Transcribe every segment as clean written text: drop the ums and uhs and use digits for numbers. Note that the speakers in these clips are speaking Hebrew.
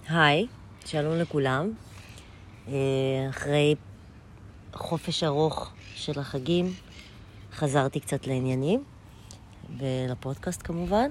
היי, שלום לכולם. אחרי חופש ארוך של החגים, חזרתי קצת לעניינים, ולפודקאסט כמובן.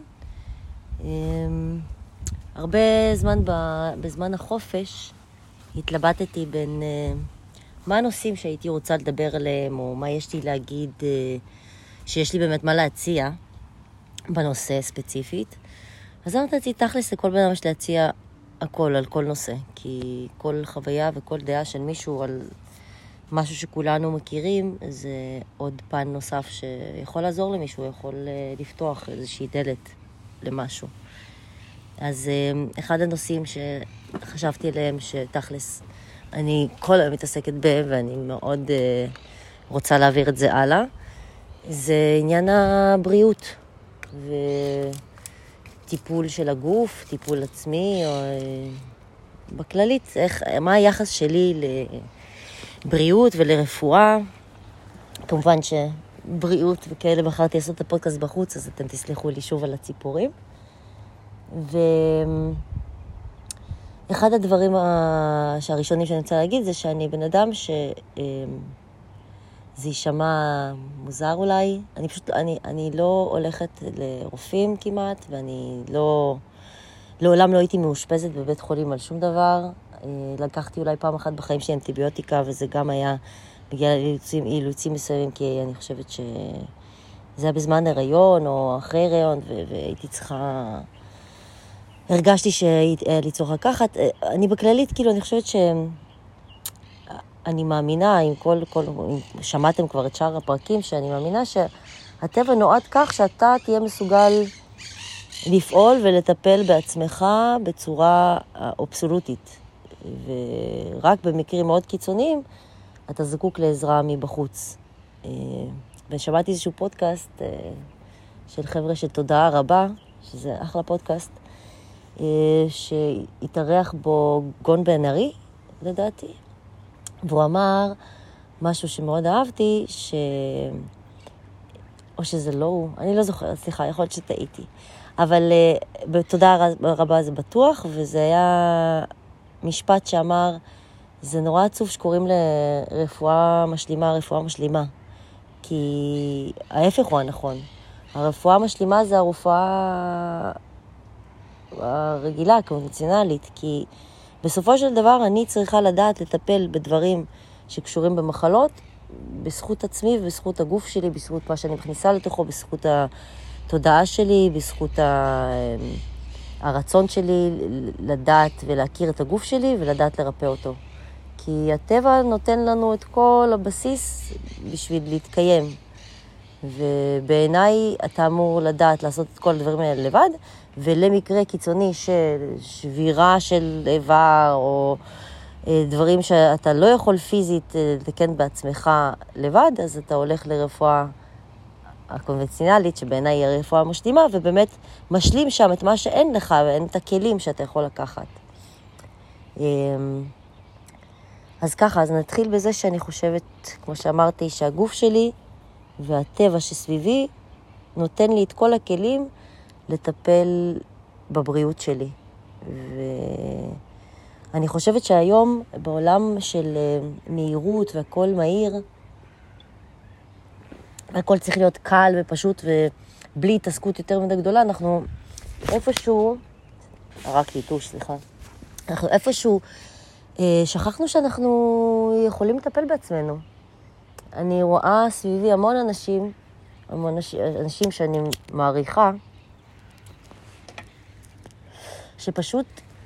הרבה זמן בזמן החופש התלבטתי בין מה הנושאים שהייתי רוצה לדבר עליהם, או מה יש לי להגיד, שיש לי באמת מה להציע בנושא ספציפית. אז אמרתי, תכלס לכל בן אדם יש להציע הכל על כל נושא, כי כל חוויה וכל דעה של מישהו על משהו שכולנו מכירים, זה עוד פן נוסף שיכול לעזור למישהו, יכול לפתוח איזושהי דלת למשהו. אז אחד הנושאים שחשבתי עליהם, שתכלס אני כל היום מתעסקת בהם, ואני מאוד רוצה להעביר את זה הלאה, זה עניין הבריאות טיפול של הגוף, טיפול עצמי, או בכללית, מה היחס שלי לבריאות ולרפואה. כמובן שבריאות וכאלה בחרתי לעשות את הפודקאסט בחוץ, אז אתם תסלחו לי שוב על הציפורים. ואחד הדברים שהראשונים שאני רוצה להגיד זה שאני בן אדם זה יישמע מוזר אולי. אני לא הולכת לרופאים כמעט, ואני לעולם לא הייתי מאושפזת בבית חולים על שום דבר. לקחתי אולי פעם אחת בחיים שלי אנטיביוטיקה, וזה גם היה בגלל אילוצים מסוימים, כי אני חושבת שזה היה בזמן הריון או אחרי הריון, והייתי צריכה... הרגשתי שהיה לי צורך לקחת. אני בכללית, כאילו, אני חושבת אני מאמינה, אם שמעתם כבר את שאר הפרקים, שאני מאמינה שהטבע נועד כך שאתה תהיה מסוגל לפעול ולטפל בעצמך בצורה אבסולוטית. ורק במקרים מאוד קיצוניים, אתה זקוק לעזרה מבחוץ. ושמעתי איזשהו פודקאסט של חבר'ה של תודעה רבה, שזה אחלה פודקאסט, שהתארח בו גון בן ארי, לדעתי. והוא אמר משהו שמאוד אהבתי, או שזה לא הוא, אני לא זוכרת, סליחה, יכול להיות שטעיתי. אבל בתודה רבה זה בטוח, וזה היה משפט שאמר, זה נורא עצוב שקוראים לרפואה משלימה, כי ההפך הוא הנכון. הרפואה המשלימה זה הרפואה הרגילה, קונבנציונלית, כי בסופו של דבר אני צריכה לדעת לטפל בדברים שקשורים במחלות, בזכות עצמי ובזכות הגוף שלי, בזכות מה שאני מכניסה לתוכו, בזכות התודעה שלי, בזכות הרצון שלי לדעת ולהכיר את הגוף שלי ולדעת לרפא אותו. כי הטבע נותן לנו את כל הבסיס בשביל להתקיים. ובעיניי אתה אמור לדעת לעשות את כל הדברים האלה לבד, ולמקרה קיצוני של שבירה של איבר או דברים שאתה לא יכול פיזית לתקן בעצמך לבד, אז אתה הולך לרפואה הקונבנציונלית, שבעיניי היא הרפואה המשלימה, ובאמת משלים שם את מה שאין לך, ואין את הכלים שאתה יכול לקחת. אז ככה, אז נתחיל בזה שאני חושבת, כמו שאמרתי, שהגוף שלי והטבע שסביבי נותן לי את כל הכלים לטפל בבריאות שלי. ואני חושבת שהיום בעולם של מהירות והכל מהיר, הכל צריך להיות קל ופשוט ובלי התעסקות יותר מדי גדולה, אנחנו איפשהו, אנחנו איפשהו שכחנו שאנחנו יכולים לטפל בעצמנו. אני רואה סביבי המון אנשים שאני מעריכה, שפשוט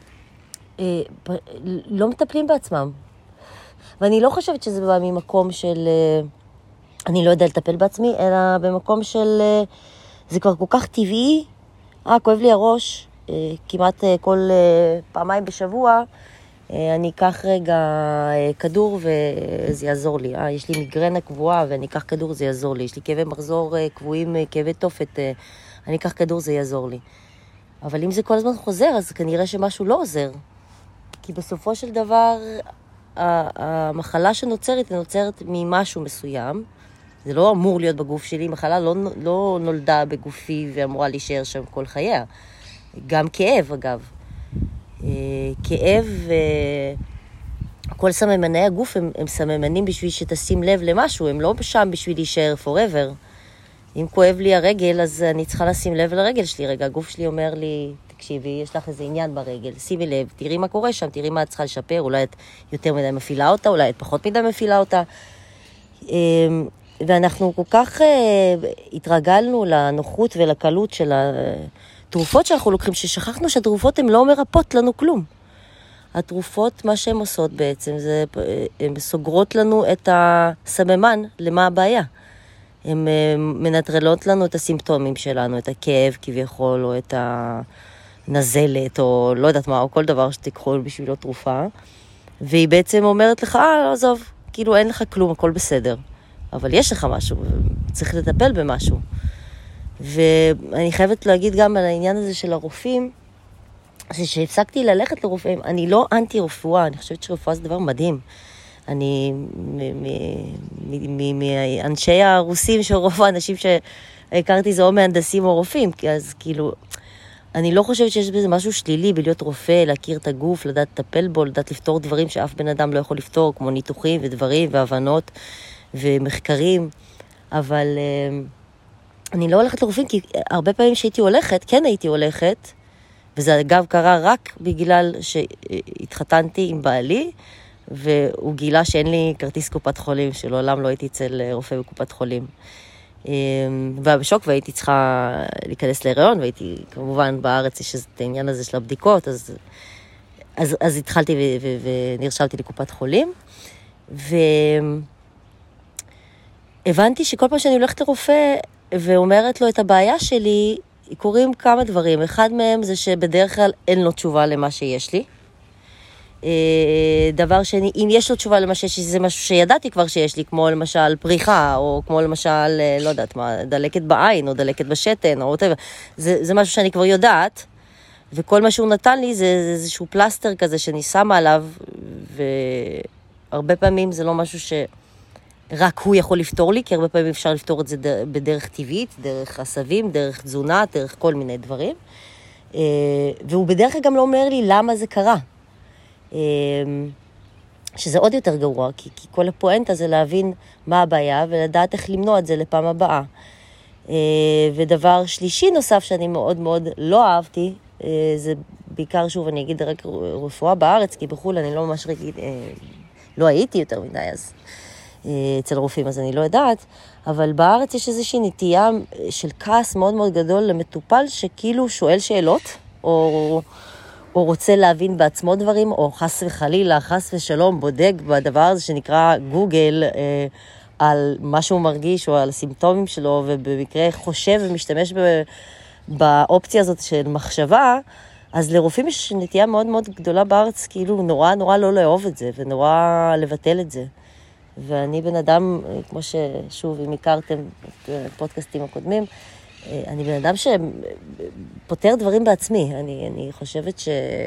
לא מטפלים בעצמם. ואני לא חושבת שזה בא ממקום של אני לא יודע לטפל בעצמי, אלא במקום של זה כבר כל כך טבעי. כואב לי הראש, כמעט כל פעמיים בשבוע, אני אקח רגע כדור וזה יעזור לי. יש לי מיגרנה קבועה ואני אקח כדור, זה יעזור לי. יש לי כאבי מחזור קבועים, כאבי תופת, אני אקח כדור, זה יעזור לי. אבל אם זה כל הזמן חוזר, אז כנראה שמשהו לא עוזר. כי בסופו של דבר, המחלה שנוצרת היא נוצרת ממשהו מסוים. זה לא אמור להיות בגוף שלי, מחלה לא נולדה בגופי ואמורה להישאר שם כל חייה. גם כאב, אגב. כאב כל סממני הגוף הם סממנים בשביל שתשים לב למשהו, הם לא שם בשביל להישאר forever. אם כואב לי הרגל, אז אני צריכה לשים לב לרגל שלי. רגע, הגוף שלי אומר לי, תקשיבי, יש לך איזה עניין ברגל, שימי לב, תראי מה קורה שם, תראי מה את צריכה לשפר, אולי את יותר מדי מפעילה אותה, אולי את פחות מדי מפעילה אותה. ואנחנו כל כך התרגלנו לנוחות ולקלות של התרופות שאנחנו לוקחים, ששכחנו שהתרופות הן לא מרפאות לנו כלום. התרופות, מה שהן עושות בעצם, הן סוגרות לנו את הסממן למה הבעיה. הן מנטרלות לנו את הסימפטומים שלנו, את הכאב כביכול, או את הנזלת, או לא יודעת מה, או כל דבר שתיקחו בשבילו תרופה. והיא בעצם אומרת לך, לא עזוב, כאילו אין לך כלום, הכל בסדר. אבל יש לך משהו, צריך לטפל במשהו. ואני חייבת להגיד גם על העניין הזה של הרופאים, שהפסקתי ללכת לרופאים, אני לא אנטי רפואה, אני חושבת שרפואה זה דבר מדהים. אני, מאנשי הרוסים שרוב האנשים שהכרתי זה או מהנדסים או רופאים, אז כאילו, אני לא חושבת שיש בזה משהו שלילי בלהיות רופא, להכיר את הגוף, לדעת לטפל בו, לדעת לפתור דברים שאף בן אדם לא יכול לפתור, כמו ניתוחים ודברים והבנות ומחקרים, אבל אני לא הולכת לרופאים, כי הרבה פעמים שהייתי הולכת, כן הייתי הולכת, וזה אגב קרה רק בגלל שהתחתנתי עם בעלי, והוא גילה שאין לי כרטיס קופת חולים, שלעולם לא הייתי אצל רופא בקופת חולים. והיה בשוק, והייתי צריכה להיכנס להיריון, והייתי כמובן בארץ, יש את העניין הזה של הבדיקות, אז התחלתי ונרשמתי לקופת חולים, והבנתי שכל פעם שאני הולכת לרופא, ואומרת לו את הבעיה שלי, קורים כמה דברים. אחד מהם זה שבדרך כלל אין לו תשובה למה שיש לי. דבר שני, אם יש לו תשובה למה שיש לי, זה משהו שידעתי כבר שיש לי, כמו למשל פריחה, או כמו למשל, לא יודעת מה, דלקת בעין, או דלקת בשתן, או whatever. זה משהו שאני כבר יודעת, וכל מה שהוא נתן לי זה איזשהו פלסטר כזה שאני שמה עליו, והרבה פעמים זה לא משהו שרק הוא יכול לפתור לי, כי הרבה פעמים אפשר לפתור את זה בדרך טבעית, דרך עשבים, דרך תזונה, דרך כל מיני דברים. והוא בדרך כלל גם לא אומר לי למה זה קרה. שזה עוד יותר גרוע, כי כל הפואנטה זה להבין מה הבעיה ולדעת איך למנוע את זה לפעם הבאה. ודבר שלישי נוסף שאני מאוד מאוד לא אהבתי, זה בעיקר, שוב, אני אגיד רק רפואה בארץ, כי בחול אני לא ממש לא הייתי יותר מדי, אז אצל רופאים, אז אני לא יודעת, אבל בארץ יש איזושהי נטייה של כעס מאוד מאוד גדול למטופל שכאילו שואל שאלות, או רוצה להבין בעצמו דברים, או חס וחלילה, חס ושלום, בודק בדבר הזה שנקרא גוגל, על מה שהוא מרגיש, או על הסימפטומים שלו, ובמקרה חושב ומשתמש באופציה הזאת של מחשבה, אז לרופאים יש נטייה מאוד מאוד גדולה בארץ, כאילו נורא נורא לא לאהוב את זה, ונורא לבטל את זה. ואני בן אדם, כמו ששוב, אם הכרתם את הפודקאסטים הקודמים, אני בן אדם שפותר דברים בעצמי. אני חושבת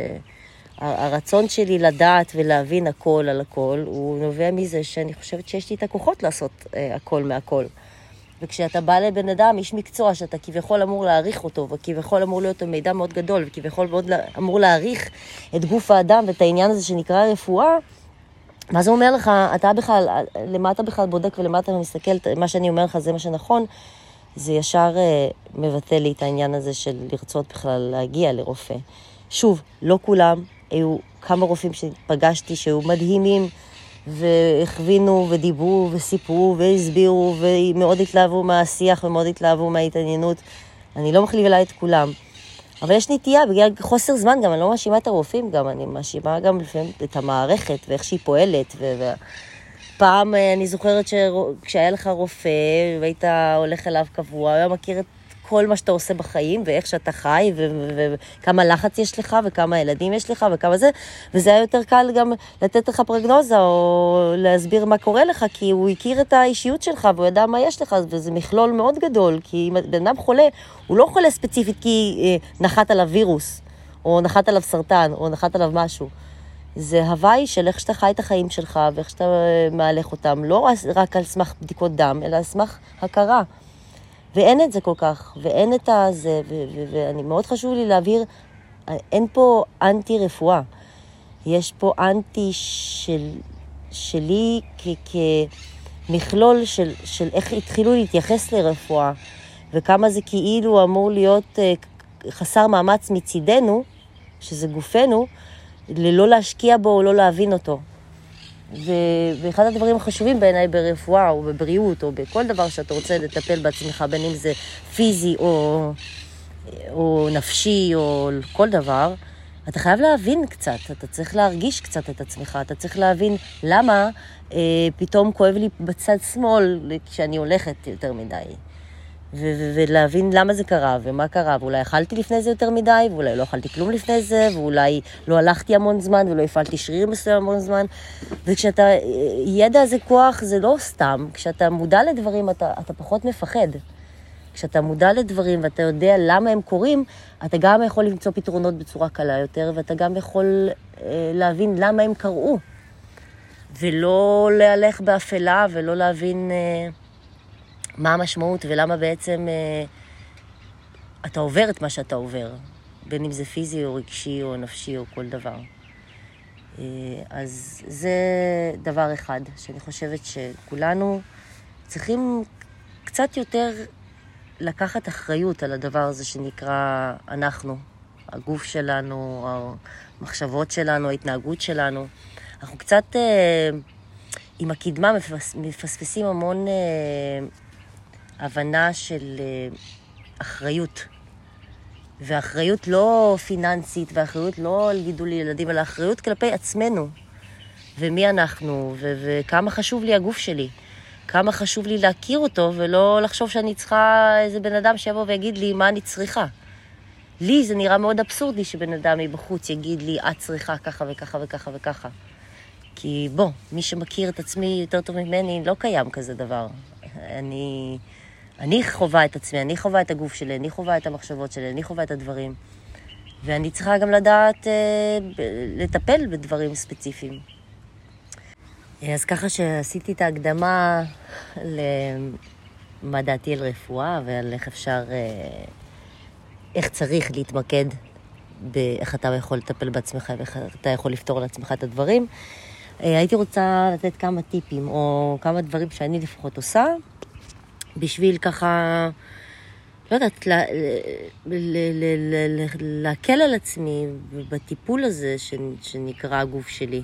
שהרצון שלי לדעת ולהבין הכל על הכל, הוא נובע מזה שאני חושבת שיש לי את הכוחות לעשות הכל מהכל. וכשאתה בא לבן אדם, איש מקצוע שאתה כביכול אמור להעריך אותו, וכביכול אמור להיות מידע מאוד גדול, וכביכול מאוד אמור להעריך את גוף האדם ואת העניין הזה שנקרא רפואה, מה זה אומר לך? אתה בכלל, למה אתה בכלל בודק ולמה אתה מסתכל, מה שאני אומר לך זה מה שנכון, זה ישר מבטא לי את העניין הזה של לרצות בכלל להגיע לרופא. שוב, לא כולם, היו כמה רופאים שפגשתי שהיו מדהימים, והכווינו ודיברו וסיפרו והסבירו, ומאוד התלהבו מהשיח ומאוד התלהבו מההתעניינות. אני לא מכלילה את כולם. אבל יש נטייה, בגלל חוסר זמן גם, אני לא מאשימה את הרופאים גם, אני מאשימה גם לפעמים את המערכת ואיך שהיא פועלת. פעם אני זוכרת שכשהיה לך רופא והיית הולך אליו קבוע, הוא היה מכיר את כל מה שאתה עושה בחיים ואיך שאתה חי וכמה לחץ יש לך וכמה ילדים יש לך וכמה זה, וזה היה יותר קל גם לתת לך פרגנוזה או להסביר מה קורה לך, כי הוא הכיר את האישיות שלך והוא ידע מה יש לך, וזה מכלול מאוד גדול, כי אם בן אדם חולה, הוא לא חולה ספציפית כי נחת עליו וירוס או נחת עליו סרטן או נחת עליו משהו. זה הוואי של איך שאתה חי את החיים שלך ואיך שאתה מהלך אותם, לא רק על סמך בדיקות דם, אלא על סמך הכרה. ואין את זה כל כך, ואין את זה, ואני מאוד חשוב לי להבהיר אין פה אנטי רפואה. יש פה אנטי שלי כמכלול של איך התחילו להתייחס לרפואה, וכמה זה כאילו אמור להיות חסר מאמץ מצידנו, שזה גופנו, ללא להשקיע בו או לא להבין אותו. ואחד הדברים החשובים בעיניי ברפואה או בבריאות או בכל דבר שאתה רוצה לטפל בעצמך, בין אם זה פיזי או נפשי או כל דבר, אתה חייב להבין קצת, אתה צריך להרגיש קצת את עצמך, אתה צריך להבין למה פתאום כואב לי בצד שמאל כשאני הולכת יותר מדי. ולהבין למה זה קרה ומה קרה, ואולי אכלתי לפני זה יותר מדי, ואולי לא אכלתי כלום לפני זה, ואולי לא הלכתי המון זמן ולא הפעלתי שריר מסוים המון זמן. וכשאתה, ידע זה כוח, זה לא סתם. כשאתה מודע לדברים, אתה פחות מפחד. כשאתה מודע לדברים ואתה יודע למה הם קורים, אתה גם יכול למצוא פתרונות בצורה קלה יותר, ואתה גם יכול להבין למה הם קרו. ולא להלך באפלה ולא להבין מה המשמעות ולמה בעצם אתה עובר את מה שאתה עובר, בין אם זה פיזי או רגשי או נפשי או כל דבר. אז זה דבר אחד שאני חושבת שכולנו צריכים קצת יותר לקחת אחריות על הדבר הזה שנקרא אנחנו, הגוף שלנו, המחשבות שלנו, ההתנהגות שלנו. אנחנו קצת עם הקדמה מפספסים המון הבנה של אחריות. ואחריות לא פיננסית, ואחריות לא על גידול ילדים, אלא אחריות כלפי עצמנו. ומי אנחנו, וכמה חשוב לי הגוף שלי. כמה חשוב לי להכיר אותו, ולא לחשוב שאני צריכה איזה בן אדם שיבוא ויגיד לי מה אני צריכה. לי זה נראה מאוד אבסורדי שבן אדם מבחוץ יגיד לי, את צריכה ככה וככה וככה וככה. כי בוא, מי שמכיר את עצמי יותר טוב ממני, לא קיים כזה דבר. אני חובה את עצמי, אני חובה את הגוף שלי, אני חובה את המחשבות שלי, אני חובה את הדברים. ואני צריכה גם לדעת לטפל בדברים ספציפיים. אז ככה שעשיתי את ההקדמה למה דעתי על רפואה ועל איך אפשר, איך צריך להתמקד באיך אתה יכול לטפל בעצמך ואיך אתה יכול לפתור לעצמך את הדברים. הייתי רוצה לתת כמה טיפים או כמה דברים שאני לפחות עושה, בשביל ככה, לא יודעת, להקל על עצמי בטיפול הזה שנקרא הגוף שלי.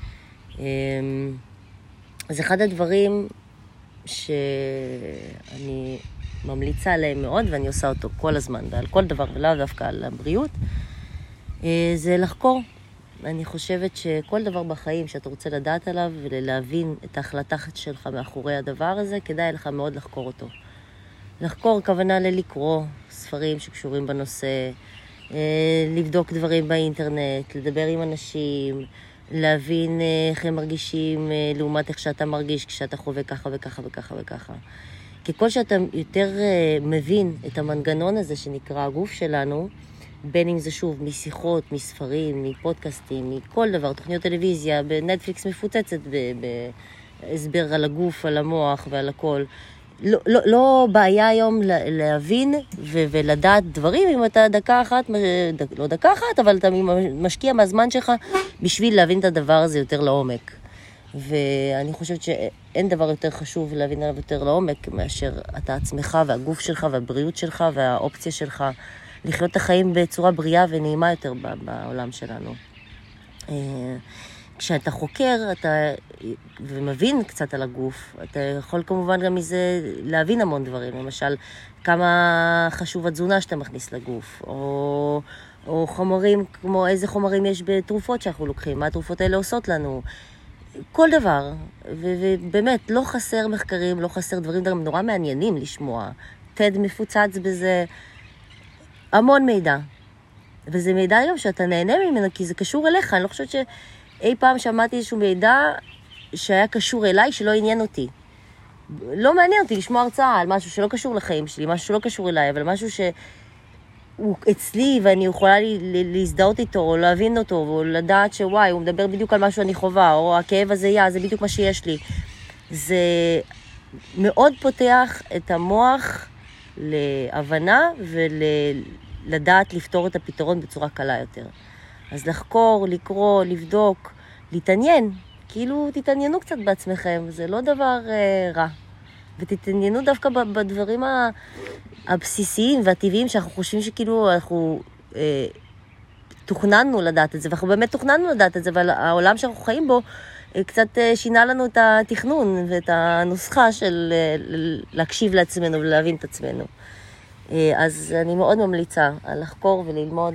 אז אחד הדברים שאני ממליצה עליהם מאוד, ואני עושה אותו כל הזמן, ועל כל דבר ולא דווקא על הבריאות, זה לחקור. אני חושבת שכל דבר בחיים שאתה רוצה לדעת עליו ולהבין את ההחלטה שלך מאחורי הדבר הזה, כדאי לך מאוד לחקור אותו. לחקור כוונה ללקרוא ספרים שקשורים בנושא, לבדוק דברים באינטרנט, לדבר עם אנשים, להבין איך הם מרגישים לעומת איך שאתה מרגיש כשאתה חווה ככה וככה וככה וככה. ככל שאתה יותר מבין את המנגנון הזה שנקרא הגוף שלנו, בין אם זה שוב משיחות, מספרים, מפודקאסטים, מכל דבר, תוכניות טלוויזיה, בנטפליקס מפוצצת בהסבר על הגוף, על המוח ועל הכל. לא בעיה היום להבין ולדעת דברים אם אתה דקה אחת, לא דקה אחת, אבל אתה משקיע מהזמן שלך בשביל להבין את הדבר הזה יותר לעומק. ואני חושבת שאין דבר יותר חשוב להבין עליו יותר לעומק מאשר אתה עצמך והגוף שלך והבריאות שלך והאופציה שלך לחיות את החיים בצורה בריאה ונעימה יותר בעולם שלנו. כשאתה חוקר ומבין קצת על הגוף, אתה יכול כמובן גם מזה להבין המון דברים. למשל, כמה חשוב התזונה שאתה מכניס לגוף, או חומרים, כמו איזה חומרים יש בתרופות שאנחנו לוקחים, מה התרופות האלה עושות לנו. כל דבר, ובאמת לא חסר מחקרים, לא חסר דברים נורא מעניינים לשמוע. TED מפוצץ בזה, המון מידע. וזה מידע היום שאתה נהנה ממנו, כי זה קשור אליך. אני לא חושבת שאי פעם שמעתי איזשהו מידע שהיה קשור אליי, שלא עניין אותי. לא מעניין אותי לשמוע הרצאה על משהו שלא קשור לחיים שלי, משהו שלא קשור אליי, אבל משהו שהוא אצלי ואני יכולה להזדהות איתו, או להבין אותו, או לדעת שוואי, הוא מדבר בדיוק על משהו אני חובה, או הכאב הזה זה בדיוק מה שיש לי. זה מאוד פותח את המוח להבנה לדעת לפתור את הפתרון בצורה קלה יותר. אז לחקור, לקרוא, לבדוק, להתעניין. כאילו תתעניינו קצת בעצמכם, זה לא דבר רע. ותתעניינו דווקא בדברים הבסיסיים והטבעיים שאנחנו חושבים שכאילו אנחנו תוכננו לדעת את זה, ואנחנו באמת תוכננו לדעת את זה, אבל העולם שאנחנו חיים בו קצת שינה לנו את התכנון ואת הנוסחה של להקשיב לעצמנו ולהבין את עצמנו. אז אני מאוד ממליצה על לחקור וללמוד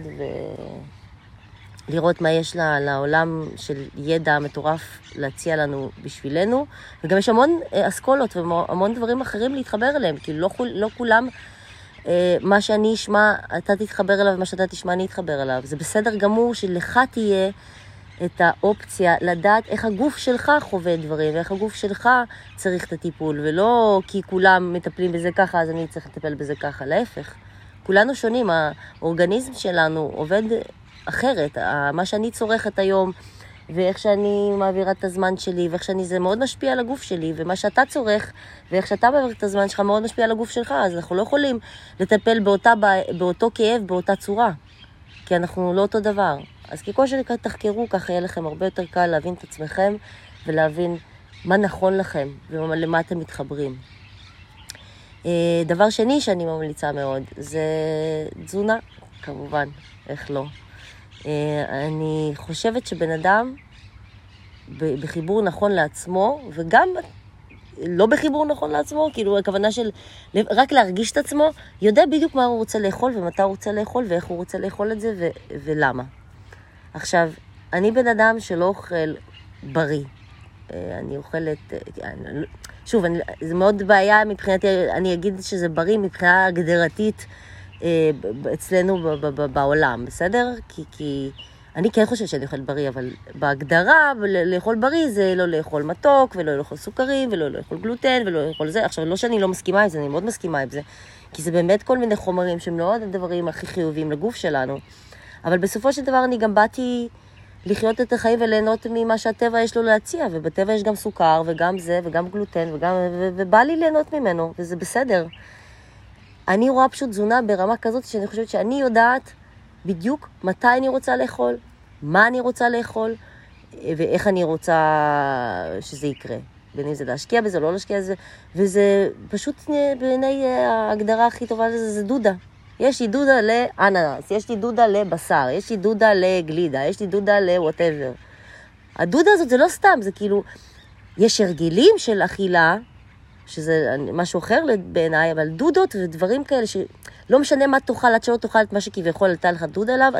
ולראות מה יש לעולם של ידע מטורף להציע לנו בשבילנו, וגם יש המון אסכולות והמון דברים אחרים להתחבר אליהם, כי לא כולם מה שאני אשמע אתה תתחבר אליו, ומה שאתה תשמע אני אתחבר אליו. זה בסדר גמור שלך תהיה את האופציה לדעת איך הגוף שלך חווה דברים, ואיך הגוף שלך צריך את הטיפול, ולא כי כולם מטפלים בזה ככה, אז אני צריך לטפל בזה ככה. להפך, כולנו שונים, האורגניזם שלנו עובד אחרת. מה שאני צורכת היום, ואיך שאני מעבירה את הזמן שלי, ואיך שאני, זה מאוד משפיע על הגוף שלי, ומה שאתה צורך, ואיך שאתה מעביר את הזמן שלך מאוד משפיע על הגוף שלך, אז אנחנו לא יכולים לטפל באותו כאב, באותה צורה, כי אנחנו לא אותו דבר. אז ככל שתחקרו, ככה יהיה לכם הרבה יותר קל להבין את עצמכם, ולהבין מה נכון לכם, ולמה אתם מתחברים. דבר שני שאני ממליצה מאוד, זה תזונה, כמובן, איך לא. אני חושבת שבן אדם בחיבור נכון לעצמו, וגם לא בחיבור נכון לעצמו, כאילו הכוונה של רק להרגיש את עצמו, יודע בדיוק מה הוא רוצה לאכול ומתי הוא רוצה לאכול ואיך הוא רוצה לאכול את זה ולמה. עכשיו, אני בן אדם שלא אוכל בריא. אני אוכלת, שוב, זה מאוד בעיה מבחינתי, אני אגיד שזה בריא מבחינה הגדרתית אצלנו בעולם, בסדר? כי אני כן חושבת שאני אוכלת בריא, אבל בהגדרה לאכול בריא זה לא לאכול מתוק, ולא לאכול סוכרים, ולא לאכול גלוטן, ולא לאכול זה. עכשיו, לא שאני לא מסכימה עם זה, אני מאוד מסכימה עם זה, כי זה באמת כל מיני חומרים שהם לא הדברים הכי חיוביים לגוף שלנו. אבל בסופו של דבר אני גם באתי לחיות את החיים וליהנות ממה שהטבע יש לו להציע, ובטבע יש גם סוכר, וגם זה, וגם גלוטן, ובא לי ליהנות ממנו, וזה בסדר. אני רואה פשוט תזונה ברמה כזאת שאני חושבת שאני יודעת בדיוק מתי אני רוצה לאכול, מה אני רוצה לאכול, ואיך אני רוצה שזה יקרה. בין אם זה להשקיע בזה, לא להשקיע בזה, וזה פשוט בעיניי ההגדרה הכי טובה לזה, זה דודה. יש לי דודה לאננס, יש לי דודה לבשר, יש לי דודה לגלידה, יש לי דודה ל-whatever. הדודה הזאת זה לא סתם, זה כאילו, יש הרגילים של אכילה, שזה משהו אחר בעיניי, אבל דודות ודברים כאלה שלא משנה מה תאכל, עד שלא תאכל את מה שכביכול עלתה לך דודה עליו,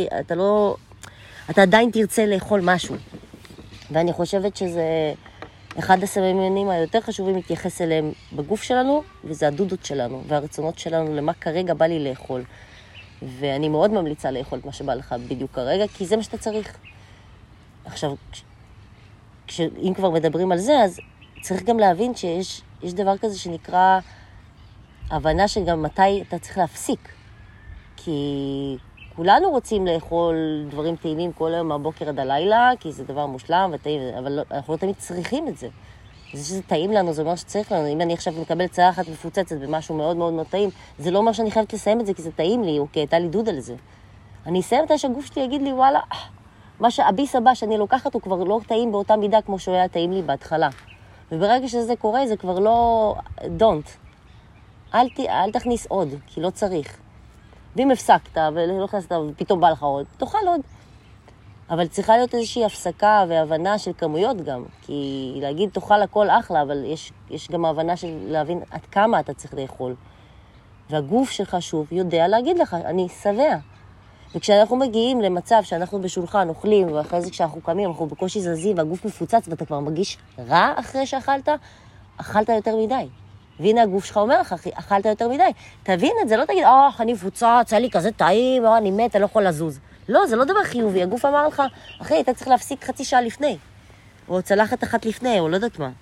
אתה עדיין תרצה לאכול משהו. ואני חושבת שזה אחד הסממנים היותר חשובים להתייחס אליהם בגוף שלנו, וזה הדודות שלנו, והרצונות שלנו למה כרגע בא לי לאכול. ואני מאוד ממליצה לאכול את מה שבא לך בדיוק כרגע, כי זה מה שאתה צריך. עכשיו, אם כבר מדברים על זה, אז צריך גם להבין שיש דבר כזה שנקרא הבנה שגם מתי אתה צריך להפסיק. כי כולנו רוצים לאכול דברים טעימים כל היום מהבוקר עד הלילה, כי זה דבר מושלם וטעים, אבל אנחנו לא תמיד צריכים את זה. זה שזה טעים לנו, זה אומר שצריך לנו. אם אני עכשיו מקבל צלחת מפוצצת במשהו מאוד מאוד מאוד טעים, זה לא אומר שאני חייבת לסיים את זה כי זה טעים לי, או כי הייתה לי דודה לזה. אני אסיים את שהגוף שלי יגיד לי, וואלה, מה שהביס הבא שאני לוקחת הוא כבר לא טעים באותה מידה כמו שהוא היה טעים לי בהתחלה. וברגע שזה קורה, זה כבר לא don't. אל תכניס עוד, כי לא צריך. ואם הפסקת ולא הכנסת ופתאום בא לך עוד, תאכל עוד. אבל צריכה להיות איזושהי הפסקה והבנה של כמויות גם. כי להגיד תאכל הכל אחלה, אבל יש גם הבנה של להבין עד כמה אתה צריך לאכול. והגוף שלך שוב יודע להגיד לך, אני שבע. וכשאנחנו מגיעים למצב שאנחנו בשולחן אוכלים, ואחרי זה כשאנחנו קמים, אנחנו בקושי זזים, והגוף מפוצץ, ואתה כבר מרגיש רע אחרי שאכלת, אכלת יותר מדי. והנה הגוף שלך אומר לך, אכלת יותר מדי. תבין את זה, לא תגיד, אני מפוצץ, היה לי כזה טעים, אני מת, אני לא יכול לזוז. לא, זה לא דבר חיובי. הגוף אמר לך, אחי, אתה צריך להפסיק חצי שעה לפני. או צלחת אחת לפני, או לא יודעת מה.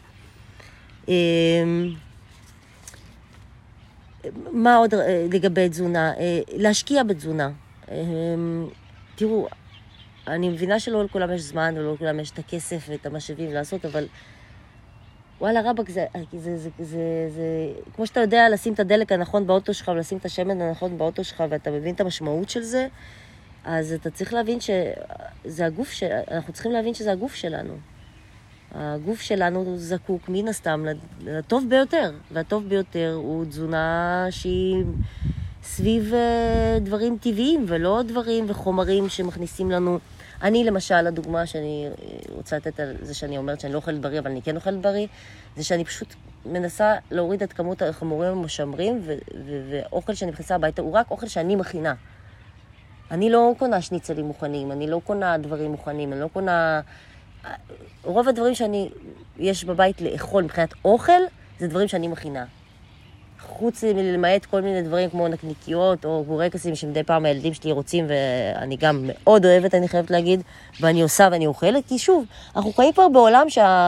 מה עוד לגבי תזונה? להשקיע בתזונה. תראו, אני מבינה שלא לכולם יש זמן, ולא לכולם יש את הכסף ואת המשאבים לעשות, אבל וואלה רבק, זה כמו שאתה יודע לשים את הדלק הנכון באוטו שלך, ולשים את השמן הנכון באוטו שלך, ואתה מבין את המשמעות של זה, אז אתה צריך להבין שזה הגוף, אנחנו צריכים להבין שזה הגוף שלנו. הגוף שלנו זקוק מן הסתם לטוב ביותר, והטוב ביותר הוא תזונה שהיא סביב דברים טבעיים, ולא דברים וחומרים שמכניסים לנו. אני למשל, הדוגמה שאני רוצה לתת על זה שאני אומרת שאני לא אוכלת בריא, אבל אני כן אוכלת בריא, זה שאני פשוט מנסה להוריד את כמות החמורים המשמרים, ואוכל שאני מכניסה הביתה הוא רק אוכל שאני מכינה. אני לא קונה שניצלים מוכנים, אני לא קונה דברים מוכנים, אני לא קונה... רוב הדברים יש בבית לאכול מבחינת אוכל, זה דברים שאני מכינה. חוץ מלמעט כל מיני דברים כמו נקניקיות או גורקסים שמדי פעם הילדים שלי רוצים, ואני גם מאוד אוהבת, אני חייבת להגיד, ואני עושה ואני אוכלת, כי שוב, אנחנו חיים כבר בעולם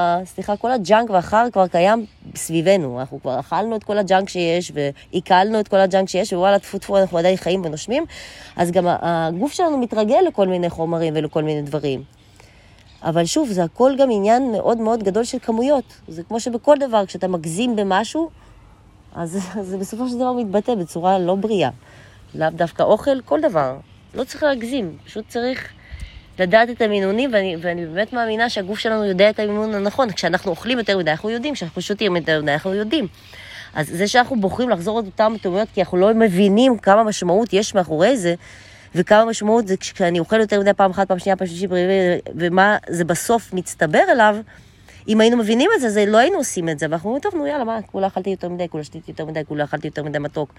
כל הג'אנק והחר כבר קיים סביבנו, אנחנו כבר אכלנו את כל הג'אנק שיש, ועיכלנו את כל הג'אנק שיש, ווואלה, תפו, אנחנו עדיין חיים ונושמים, אז גם הגוף שלנו מתרגל לכל מיני חומרים ולכל מיני דברים. אבל שוב, זה הכל גם עניין מאוד מאוד גדול של כמויות. זה כמו שבכל דבר, כשאתה מגזים במשהו, אז זה בסופו של דבר מתבטא בצורה לא בריאה. לאו דווקא אוכל, כל דבר. לא צריך להגזים, פשוט צריך לדעת את המינונים, ואני באמת מאמינה שהגוף שלנו יודע את המינון הנכון. כשאנחנו אוכלים יותר מדי, אנחנו יודעים, כשאנחנו שותים יותר מדי, אנחנו יודעים. אז זה שאנחנו בוחרים לחזור את אותם תאומיות, כי אנחנו לא מבינים כמה משמעות יש מאחורי זה, וכמה משמעות זה כשאני אוכל יותר מדי פעם אחת, פעם שנייה, פעם שלישית, ומה זה בסוף מצטבר אליו, אם היינו מבינים את זה, לא היינו עושים את זה, ואנחנו אומרים, טוב, נו יאללה, מה, כולה אכלתי יותר מדי, כולה שתיתי יותר מדי, כולה אכלתי יותר מדי מתוק.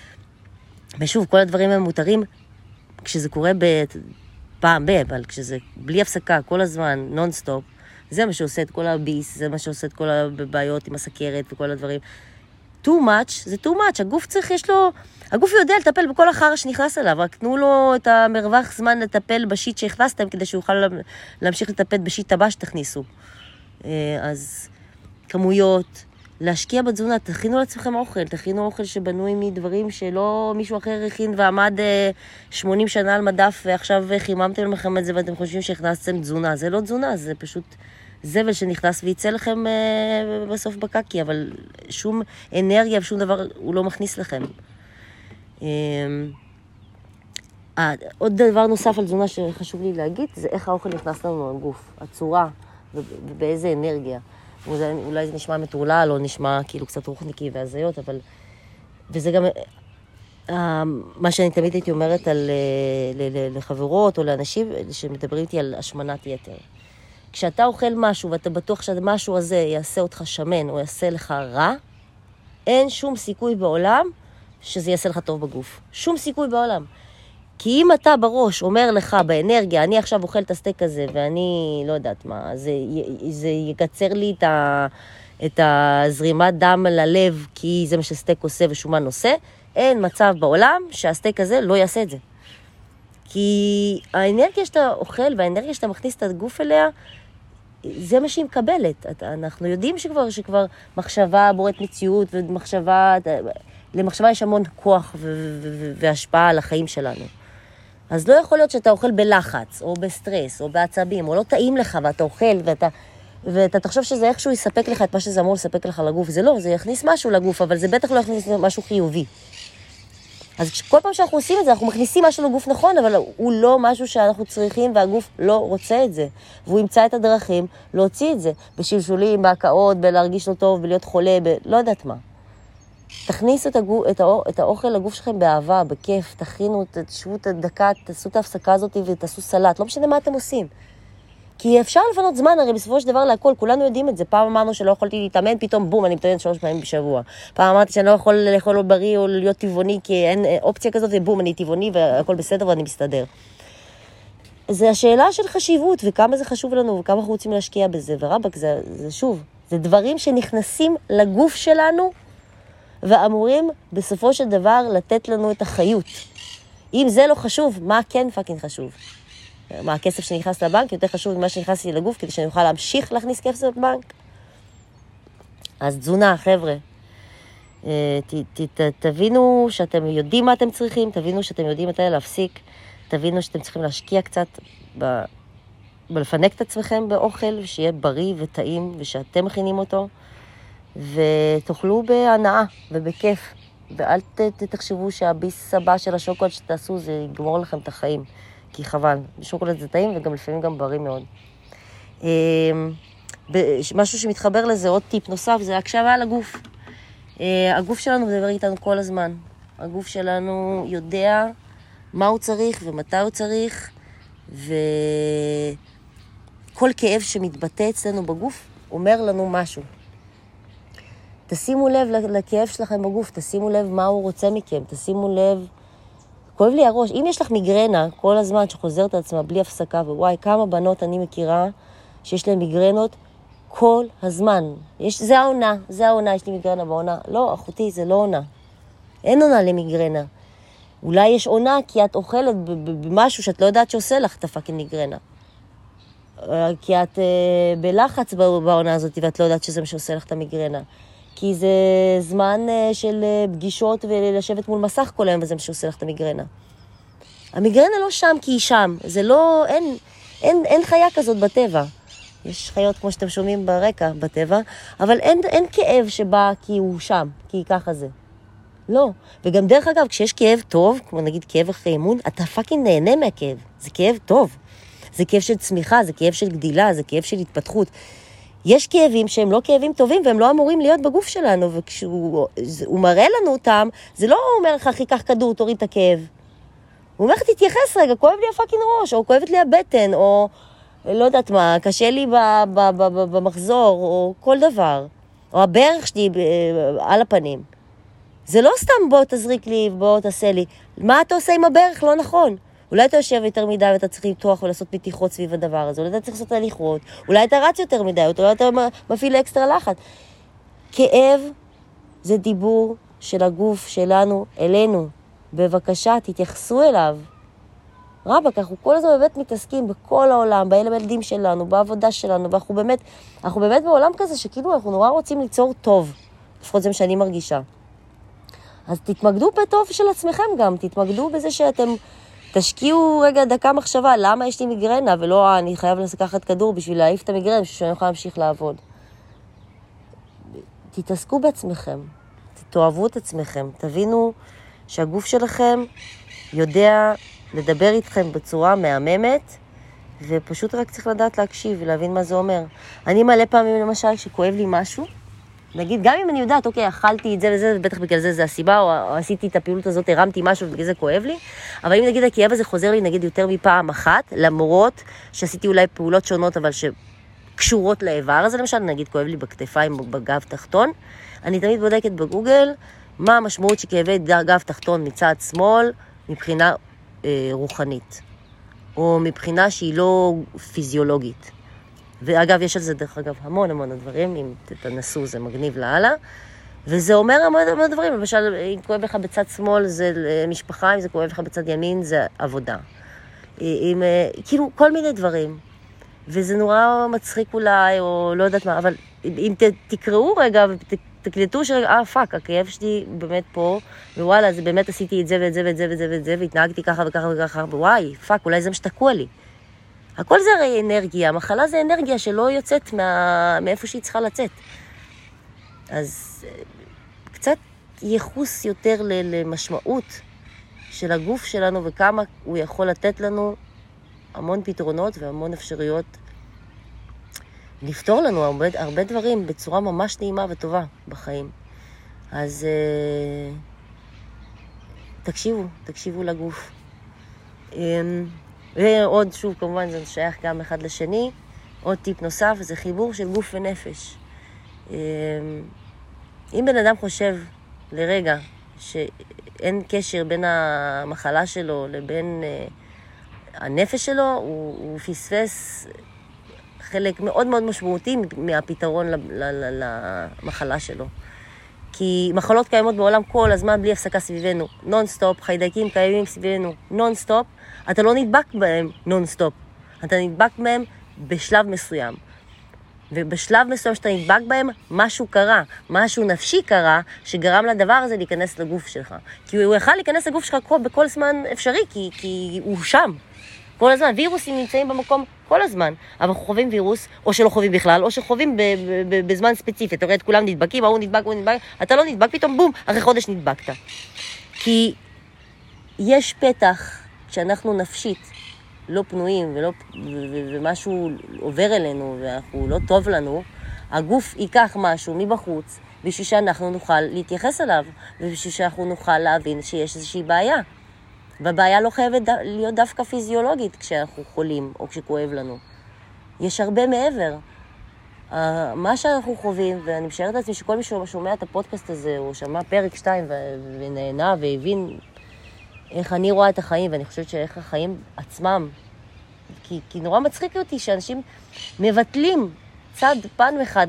ושוב, כל הדברים הם מותרים, כשזה קורה פעם אבל כשזה בלי הפסקה, כל הזמן, נונסטופ, זה מה שעושה את כל הביס, זה מה שעושה את כל הבעיות עם הסכרת וכל הדברים. too much, זה too much, הגוף יודע לטפל בכל החרא שנכנס אליו, רק תנו לו את המרווח זמן לטפל בשיט שהכנסתם, כדי שהוא יוכל להמשיך לטפל בשיט הבא שתכניסו. אז כמויות, להשקיע בתזונה, תכינו לעצמכם אוכל, תכינו אוכל שבנוי מדברים שלא מישהו אחר הכין ועמד 80 שנה על מדף, ועכשיו חיממתם לכם את זה ואתם חושבים שהכנסתם תזונה. זה לא תזונה, זה פשוט זבל שנכנס וייצא לכם בסוף בקקי, אבל שום אנרגיה ושום דבר הוא לא מכניס לכם. עוד דבר נוסף על תזונה שחשוב לי להגיד, זה איך האוכל נכנס לנו לגוף, הצורה ובאיזה אנרגיה. אולי זה נשמע מטורלל או נשמע כאילו קצת רוחניקי והזיות, אבל... וזה גם מה שאני תמיד הייתי אומרת לחברות או לאנשים שמדברים איתי על השמנת יתר. כשאתה אוכל משהו ואתה בטוח שהמשהו הזה יעשה אותך שמן או יעשה לך רע, אין שום סיכוי בעולם שזה יעשה לך טוב בגוף. שום סיכוי בעולם. כי אם אתה בראש אומר לך באנרגיה, אני עכשיו אוכל את הסטייק הזה, ואני לא יודעת מה, זה יקצר לי את הזרימת דם ללב, כי זה מה שסטייק עושה ושומן עושה, אין מצב בעולם שהסטייק הזה לא יעשה את זה. כי האנרגיה שאתה אוכל והאנרגיה שאתה מכניס את הגוף אליה, זה מה שהיא מקבלת. אנחנו יודעים שכבר מחשבה בוראת מציאות, למחשבה יש המון כוח והשפעה על החיים שלנו. אז לא יכול להיות שאתה אוכל בלחץ, או בסטרס, או בעצבים, או לא טעים לך, ואתה אוכל, ואתה תחשוב שזה איכשהו יספק לך את מה שזה אמור לספק לך לגוף. זה לא, זה יכניס משהו לגוף, אבל זה בטח לא יכניס משהו חיובי. אז כל פעם שאנחנו עושים את זה, אנחנו מכניסים משהו לגוף נכון, אבל הוא לא משהו שאנחנו צריכים, והגוף לא רוצה את זה. והוא ימצא את הדרכים להוציא את זה, בשלשולים, בהקאות, בלהרגיש לא טוב, בלהיות חולה, לא יודעת מה. תכניסו את האוכל לגוף שלכם באהבה, בכיף, תכינו, תשבו את הדקה, תעשו את ההפסקה הזאת ותעשו סלט, לא משנה מה אתם עושים. כי אפשר לפנות זמן, הרי בסופו של דבר להכל, כולנו יודעים את זה. פעם אמרנו שלא יכולתי להתאמן, פתאום בום, אני מתאמן 3 פעמים בשבוע. פעם אמרתי שאני לא יכול לאכול בריא או להיות טבעוני, כי אין אופציה כזאת, ובום, אני טבעוני והכל בסדר ואני מסתדר. זה השאלה של חשיבות, וכמה זה חשוב לנו, וכמה אנחנו רוצים להשקיע בזה, ורבק, זה שוב, זה דברים שנכנסים לגוף שלנו, ואמורים בסופו של דבר לתת לנו את החיות. אם זה לא חשוב, מה כן פאקינג חשוב? מה הכסף שנכנס לבנק יותר חשוב ממה שנכנס לי לגוף, כדי שאני אוכל להמשיך להכניס כסף לבנק? אז תזונה, חבר'ה. תבינו שאתם יודעים מה אתם צריכים, תבינו שאתם יודעים מתי להפסיק, תבינו שאתם צריכים להשקיע קצת בלפנק את עצמכם באוכל, ושיהיה בריא וטעים, ושאתם מכינים אותו. ותאכלו בהנאה ובכיף. ואל תחשבו שהביס הבא של השוקולד שתעשו זה יגמור לכם את החיים. כי חבל, שוקולד זה טעים וגם לפעמים גם בריא מאוד. משהו שמתחבר לזה, עוד טיפ נוסף, זה הקשבה לגוף. הגוף שלנו מדבר איתנו כל הזמן. הגוף שלנו יודע מה הוא צריך ומתי הוא צריך, וכל כאב שמתבטא אצלנו בגוף אומר לנו משהו. תשימו לב לכאב שלכם בגוף, תשימו לב מה הוא רוצה מכם, תשימו לב, כואב לי הראש. אם יש לך מיגרנה כל הזמן שחוזרת על עצמה בלי הפסקה, ווואי, כמה בנות אני מכירה שיש להן מיגרנות כל הזמן. זה העונה, יש לי מיגרנה בעונה. לא, אחותי, זה לא עונה. אין עונה למיגרנה. אולי יש עונה כי את אוכלת במשהו שאת לא יודעת שעושה לך את הפאקינג מיגרנה. כי את בלחץ בעונה הזאת ואת לא יודעת שזה מה שעושה לך את המיגרנה. כי זה זמן של פגישות ולשבת מול מסך כל היום, וזה מה שעושה לך את המיגרנה. המיגרנה לא שם כי היא שם. זה לא, אין חיה כזאת בטבע. יש חיות כמו שאתם שומעים ברקע בטבע, אבל אין כאב שבא כי הוא שם, כי ככה זה. לא. וגם דרך אגב, כשיש כאב טוב, כמו נגיד כאב אחרי אימון, אתה פאקינג נהנה מהכאב. זה כאב טוב. זה כאב של צמיחה, זה כאב של גדילה, זה כאב של התפתחות. יש כאבים שהם לא כאבים טובים, והם לא אמורים להיות בגוף שלנו, וכשהוא מראה לנו אותם, זה לא אומר לך, אחי, קח כדור, תוריד את הכאב. הוא אומר לך, תתייחס רגע, כואב לי הפאקינג ראש, או כואבת לי הבטן, או לא יודעת מה, קשה לי במחזור, או כל דבר. או הברך שלי על הפנים. זה לא סתם בוא תזריק לי, בוא תעשה לי. מה אתה עושה עם הברך? לא נכון. אולי אתה יושב יותר מדי ואתה צריך לפתוח ולעשות מתיחות סביב הדבר הזה. אולי אתה צריך לעשות הליכות. אולי אתה רץ יותר מדי. אולי אתה מפעיל אקסטרה לחץ. כאב זה דיבור של הגוף שלנו אלינו. בבקשה, תתייחסו אליו. רבק, אנחנו כל הזמן באמת מתעסקים בכל העולם, בילדים שלנו, בעבודה שלנו, ואנחנו באמת בעולם כזה שכאילו אנחנו נורא רוצים ליצור טוב. לפחות זה מה שאני מרגישה. אז תתמקדו בטוב של עצמכם גם. תתמקדו בזה שאתם תשקיעו רגע דקה מחשבה, למה יש לי מיגרנה, ולא אני חייב לקחת כדור בשביל להעיף את המיגרנה, שאני יכולה להמשיך לעבוד. תתעסקו בעצמכם, תאהבו את עצמכם, תבינו שהגוף שלכם יודע לדבר איתכם בצורה מהממת, ופשוט רק צריך לדעת להקשיב ולהבין מה זה אומר. אני מלא פעמים למשל שכואב לי משהו, נגיד, גם אם אני יודעת, אוקיי, אכלתי את זה וזה, ובטח בגלל זה זה הסיבה, או עשיתי את הפעילות הזאת, הרמתי משהו, ובגלל זה כואב לי, אבל אם נגיד הכאב הזה חוזר לי, נגיד, יותר מפעם אחת, למרות שעשיתי אולי פעולות שונות, אבל שקשורות לאיבר הזה, למשל, נגיד, כואב לי בכתפיים, בגב תחתון, אני תמיד בודקת בגוגל, מה המשמעות שכאבי גב תחתון מצד שמאל, מבחינה רוחנית, או מבחינה שהיא לא פיזיולוגית. ואגב, יש על זה דרך אגב המון דברים, אם תנסו זה מגניב להלאה, וזה אומר המון דברים, למשל, אם כואב לך בצד שמאל זה משפחה, אם זה כואב לך בצד ימין זה עבודה. כאילו, כל מיני דברים. וזה נורא מצחיק אולי, או לא יודעת מה, אבל אם תקראו רגע ותקלטו שרגע, פאק, הכאב שלי באמת פה, ווואלה, זה באמת עשיתי את זה ואת זה ואת זה ואת זה ואת זה, והתנהגתי ככה וככה וככה, ווואי, פאק, אולי זה משתקוע לי. הכל זה הרי אנרגיה, המחלה זה אנרגיה שלא יוצאת מאיפה שהיא צריכה לצאת. אז קצת ייחוס יותר למשמעות של הגוף שלנו, וכמה הוא יכול לתת לנו המון פתרונות והמון אפשרויות לפתור לנו הרבה דברים בצורה ממש נעימה וטובה בחיים. אז תקשיבו לגוף. ועוד שוב, כמובן, זה שייך גם אחד לשני. עוד טיפ נוסף, זה חיבור של גוף ונפש. אם בן אדם חושב לרגע שאין קשר בין המחלה שלו לבין הנפש שלו, הוא פספס חלק מאוד משמעותי מהפתרון למחלה שלו. כי מחלות קיימות בעולם כל הזמן בלי הפסקה סביבנו. נון-סטופ, חיידקים קיימים סביבנו. נון-סטופ, אתה לא נדבק בהם נון-סטופ. אתה נדבק בהם בשלב מסוים. ובשלב מסוים שאתה נדבק בהם, משהו קרה, משהו נפשי קרה, שגרם לדבר הזה להיכנס לגוף שלך. כי הוא יכל להיכנס לגוף שלך בכל זמן אפשרי, כי הוא שם. כל הזמן, וירוסים נמצאים במקום כל הזמן. אבל אנחנו חווים וירוס, או שלא חווים בכלל, או שחווים בזמן ספציפי. אתה רואה את כולם נדבקים, הוא נדבק, אתה לא נדבק, פתאום בום, אחרי חודש נדבקת. כי יש פתח, כשאנחנו נפשית לא פנויים, ומשהו עובר אלינו, ואנחנו לא טוב לנו, הגוף ייקח משהו מבחוץ, בשביל שאנחנו נוכל להתייחס אליו, ובשביל שאנחנו נוכל להבין שיש איזושהי בעיה. והבעיה לא חייבת להיות דווקא פיזיולוגית כשאנחנו חולים או כשכואב לנו. יש הרבה מעבר. מה שאנחנו חווים, ואני משערת לעצמי שכל מי ששומע את הפודקאסט הזה, או שמע פרק 2 ונהנה והבין איך אני רואה את החיים, ואני חושבת שאיך החיים עצמם, כי נורא מצחיק אותי שאנשים מבטלים פן אחד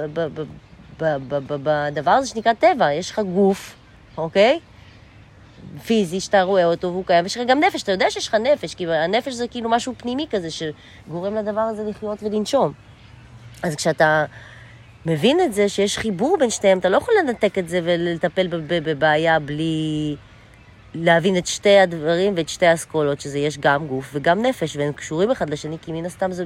בדבר הזה שנקרא טבע. יש לך גוף, אוקיי? פיזי שאתה רואה אותו והוא קיים, יש לך גם נפש, אתה יודע שיש לך נפש, כי הנפש זה כאילו משהו פנימי כזה שגורם לדבר הזה לחיות ולנשום. אז כשאתה מבין את זה שיש חיבור בין שתיהם, אתה לא יכול לנתק את זה ולטפל בבעיה בלי להבין את שתי הדברים ואת שתי האסכולות, שזה יש גם גוף וגם נפש, והם קשורים אחד לשני, כי מן הסתם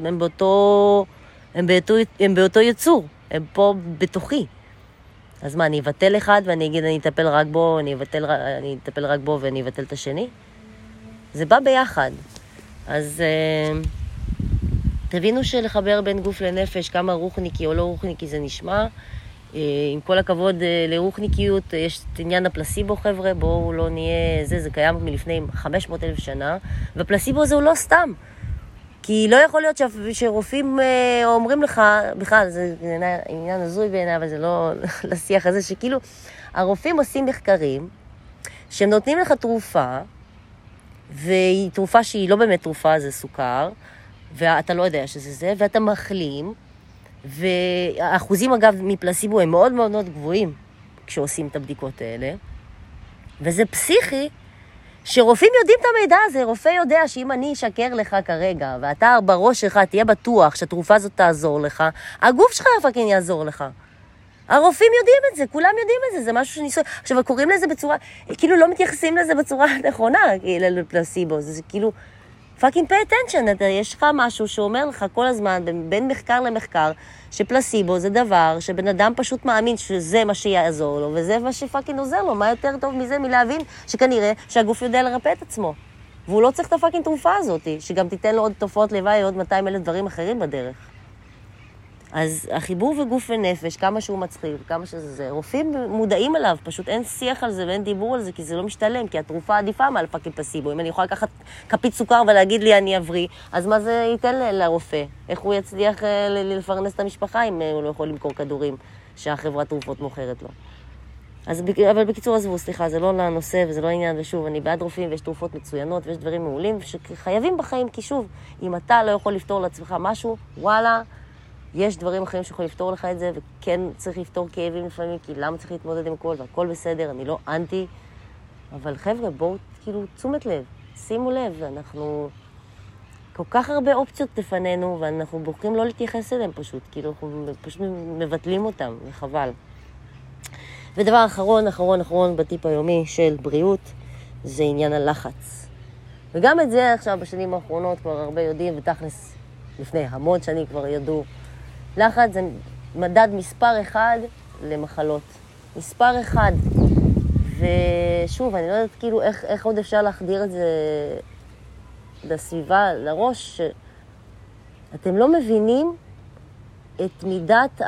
הם באותו יצור, הם פה בתוכי. אז מה, אני אבטל אחד ואני אגיד אני אטפל רק בו, אני אטפל רק בו ואני אבטל את השני? זה בא ביחד. אז תבינו שלחבר בין גוף לנפש, כמה רוחניקי או לא רוחניקי זה נשמע. עם כל הכבוד לרוחניקיות, יש את עניין הפלסיבו, חבר'ה, בואו לא נהיה זה קיים מלפני 500,000 שנה, והפלסיבו הזה הוא לא סתם. כי לא יכול להיות שרופאים אומרים לך, בכלל, זה עניין הזוי בעיניי, אבל זה לא לשיח הזה, שכאילו, הרופאים עושים מחקרים, שהם נותנים לך תרופה, והיא תרופה שהיא לא באמת תרופה, זה סוכר, ואתה לא יודע שזה זה, ואתה מחלים, והאחוזים אגב מפלסיבו הם מאוד מאוד מאוד גבוהים, כשעושים את הבדיקות האלה, וזה פסיכי, שרופאים יודעים את המידע הזה, רופא יודע שאם אני אשקר לך כרגע, ואתה בראש שלך תהיה בטוח שהתרופה הזאת תעזור לך, הגוף שלך פאקינג יעזור לך. הרופאים יודעים את זה, כולם יודעים את זה, זה משהו שניסוי. עכשיו, קוראים לזה בצורה, כאילו לא מתייחסים לזה בצורה נכונה, כאילו לפלסיבו, זה כאילו, פאקינג pay attention, יש לך משהו שאומר לך כל הזמן, בין מחקר למחקר, שפלסיבו זה דבר שבן אדם פשוט מאמין שזה מה שיעזור לו, וזה מה שפאקינג עוזר לו. מה יותר טוב מזה מלהבין שכנראה שהגוף יודע לרפא את עצמו. והוא לא צריך את הפאקינג תרופה הזאת, שגם תיתן לו עוד תופעות לוואי, עוד 200,000 דברים אחרים בדרך. אז החיבור וגוף ונפש, כמה שהוא מצחיק, כמה שזה, רופאים מודעים עליו, פשוט אין שיח על זה ואין דיבור על זה, כי זה לא משתלם, כי התרופה עדיפה מעל פאקינג פלסיבו. אם אני יכולה לקחת כפית סוכר ולהגיד לי אני אבריא, אז מה זה ייתן לרופא? איך הוא יצליח לפרנס את המשפחה אם הוא לא יכול למכור כדורים שהחברת תרופות מוכרת לו? אבל בקיצור, עזבו, סליחה, זה לא לנושא וזה לא עניין, ושוב, אני בעד רופאים ויש תרופות מצוינות ויש דברים מעולים שחייבים בחיים, כי שוב, אם אתה לא יכול לפתור לעצמך משהו, וואלה, יש דברים אחרים שיכולים לפתור לך את זה, וכן צריך לפתור כאבים לפעמים, כי למה צריך להתמודד עם הכל, והכל בסדר, אני לא אנטי, אבל חבר'ה, בואו, כאילו, תשומת לב, שימו לב, אנחנו כל כך הרבה אופציות לפנינו, ואנחנו בוחרים לא להתייחס אליהם פשוט, כאילו, אנחנו פשוט מבטלים אותם, וחבל. ודבר אחרון בטיפ היומי של בריאות, זה עניין הלחץ. וגם את זה עכשיו בשנים האחרונות כבר הרבה יודעים, ותכלס לפני המון שנים כבר ידעו, לחץ זה מדד מספר 1 למחלות. מספר 1. ושוב, אני לא יודעת כאילו איך עוד אפשר להחדיר את זה לסביבה, לראש, שאתם לא מבינים את מידת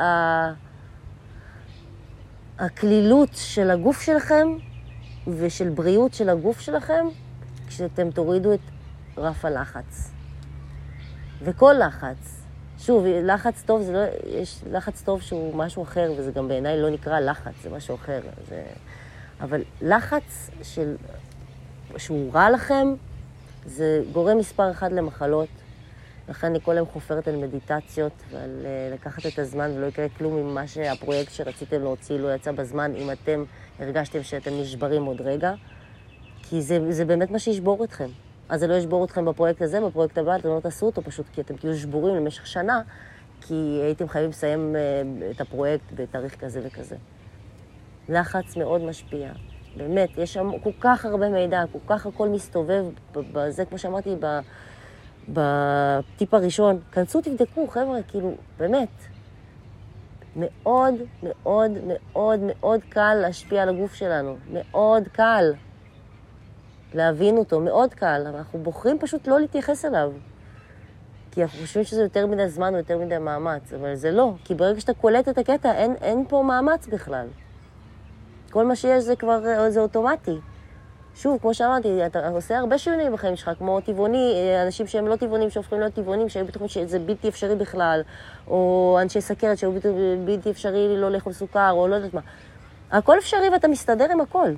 הכלילות של הגוף שלכם ושל בריאות של הגוף שלכם כשאתם תורידו את רף הלחץ. וכל לחץ. שוב, לחץ טוב, זה לא, יש לחץ טוב שהוא משהו אחר, וזה גם בעיניי לא נקרא לחץ, זה משהו אחר. אבל לחץ שהוא רע לכם, זה גורם מספר 1 למחלות. לכן אני כל היום חופרת על מדיטציות, ועל לקחת את הזמן, ולא יקרה כלום עם מה שהפרויקט שרציתם להוציא לא יצא בזמן, אם אתם הרגשתם שאתם נשברים עוד רגע, כי זה באמת מה שישבור אתכם. אז זה לא ישבור אתכם בפרויקט הזה, בפרויקט הבא, אתם לא תעשו אותו פשוט, כי אתם תהיו שבורים למשך שנה, כי הייתם חייבים לסיים את הפרויקט בתאריך כזה וכזה. לחץ מאוד משפיע. באמת, יש שם כל כך הרבה מידע, כל כך הכל מסתובב בזה, כמו שאמרתי, בטיפ הראשון, כנסו תבדקו, חבר'ה, כאילו, באמת. מאוד, מאוד, מאוד, מאוד קל להשפיע על הגוף שלנו. מאוד קל להבין אותו, מאוד קל. אנחנו בוחרים פשוט לא להתייחס אליו. כי אנחנו חושבים שזה יותר מדי זמן או יותר מדי מאמץ, אבל זה לא. כי ברגע שאתה קולט את הקטע, אין פה מאמץ בכלל. כל מה שיש זה כבר, זה אוטומטי. שוב, כמו שאמרתי, אתה עושה הרבה שינויים בחיים שלך, כמו טבעוני, אנשים שהם לא טבעונים, שהופכים להיות טבעונים, שהיו בטוחים שזה בלתי אפשרי בכלל, או אנשי סכרת שהיו בלתי אפשרי לא לאכול סוכר, או לא יודעת מה. הכל אפשרי ואתה מסתדר עם הכל.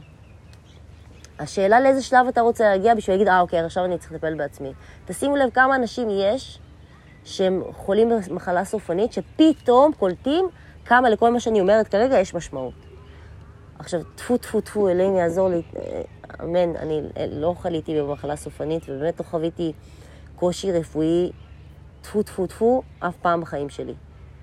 השאלה לאיזה שלב אתה רוצה להגיע בשביל להגיד, אוקיי, עכשיו אני צריך לטפל בעצמי. תשימו לב כמה אנשים יש שהם חולים במחלה סופנית, שפתאום קולטים כמה לכל מה שאני אומרת כרגע יש משמעות. עכשיו, טפו, אלוהים יעזור לי, אמן, אני לא חליתי במחלה סופנית, ובאמת לא חוויתי קושי רפואי, טפו, אף פעם בחיים שלי.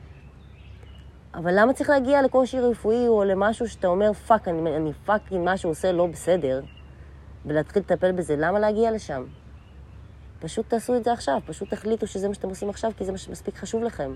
אבל למה צריך להגיע לקושי רפואי, או למשהו שאתה אומר, פאק, אני פאק אם משהו עושה לא בסדר, ולהתחיל לטפל בזה, למה להגיע לשם? פשוט תעשו את זה עכשיו, פשוט תחליטו שזה מה שאתם עושים עכשיו, כי זה מה שמספיק חשוב לכם.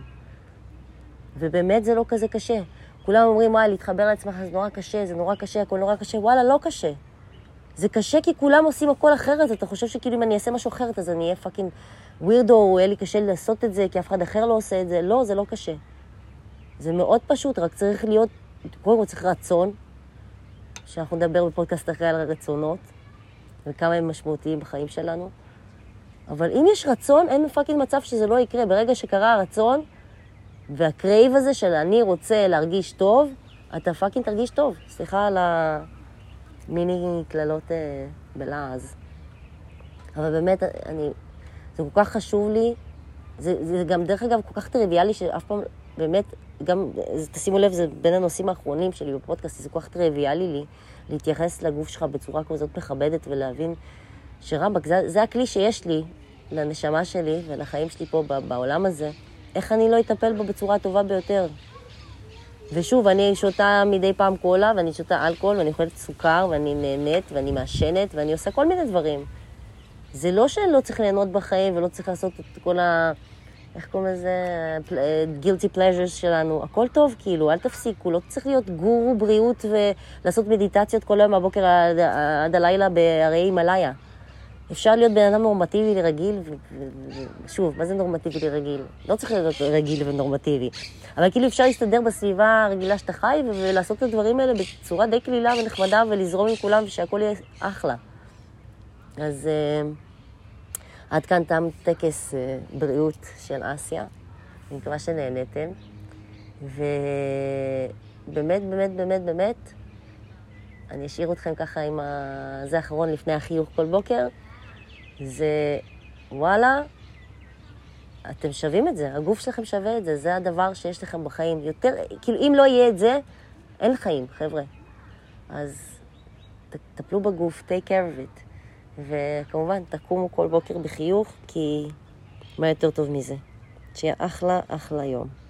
ובאמת זה לא כזה קשה. כולם אומרים, להתחבר לעצמך, זה נורא קשה, הכל נורא קשה. וואלה, לא קשה. זה קשה כי כולם עושים הכל אחרת. אתה חושב שכאילו אם אני אעשה משהו אחרת, אז אני אהיה פאקינג ווירדו, או יהיה לי קשה לעשות את זה, כי אף אחד אחר לא עושה את זה. לא, זה לא קשה. זה מאוד פשוט, רק צריך להיות, קודם כל צריך רצון, שאנחנו נדבר בפודקאסט אחרי על הרצונות, וכמה הם משמעותיים בחיים שלנו. אבל אם יש רצון, אין פאקינג מצב שזה לא יקרה. ברגע שקרה הרצון, והקרייב הזה של אני רוצה להרגיש טוב, אתה פאקינג תרגיש טוב. סליחה על המיני כללות בלעז. אבל באמת, זה כל כך חשוב לי, זה גם דרך אגב כל כך טריוויאלי שאף פעם, באמת, גם, תשימו לב, זה בין הנושאים האחרונים שלי בפודקאסט, זה כל כך טריוויאלי לי, להתייחס לגוף שלך בצורה כזאת מכבדת ולהבין שרמב"ק, זה הכלי שיש לי לנשמה שלי ולחיים שלי פה בעולם הזה, איך אני לא אטפל בו בצורה הטובה ביותר. ושוב, אני שותה מדי פעם קולה, ואני שותה אלכוהול, ואני אוכלת סוכר, ואני נהנית, ואני מעשנת, ואני עושה כל מיני דברים. זה לא שלא צריך ליהנות בחיים, ולא צריך לעשות את כל איך קוראים לזה? guilty pleasures שלנו. הכל טוב, כאילו, אל תפסיקו. לא צריך להיות גורו בריאות ולעשות מדיטציות כל היום מהבוקר עד הלילה בהרי הימלאיה. אפשר להיות בן אדם נורמטיבי לרגיל, ושוב, מה זה נורמטיבי לרגיל? לא צריך להיות רגיל ונורמטיבי. אבל כאילו אפשר להסתדר בסביבה הרגילה שאתה חי, ולעשות את הדברים האלה בצורה די כלילה ונחמדה, ולזרום עם כולם, ושהכל יהיה אחלה. אז עד כאן תם טקס בריאות של אסיה. אני מקווה שנהנתם. ובאמת, אני אשאיר אתכם ככה עם זה האחרון לפני החיוך כל בוקר. זה, וואלה, אתם שווים את זה, הגוף שלכם שווה את זה, זה הדבר שיש לכם בחיים. יותר, כאילו, אם לא יהיה את זה, אין חיים, חבר'ה. אז תטפלו בגוף, take care of it. וכמובן, תקומו כל בוקר בחיוך, כי מה יותר טוב מזה? שיהיה אחלה יום.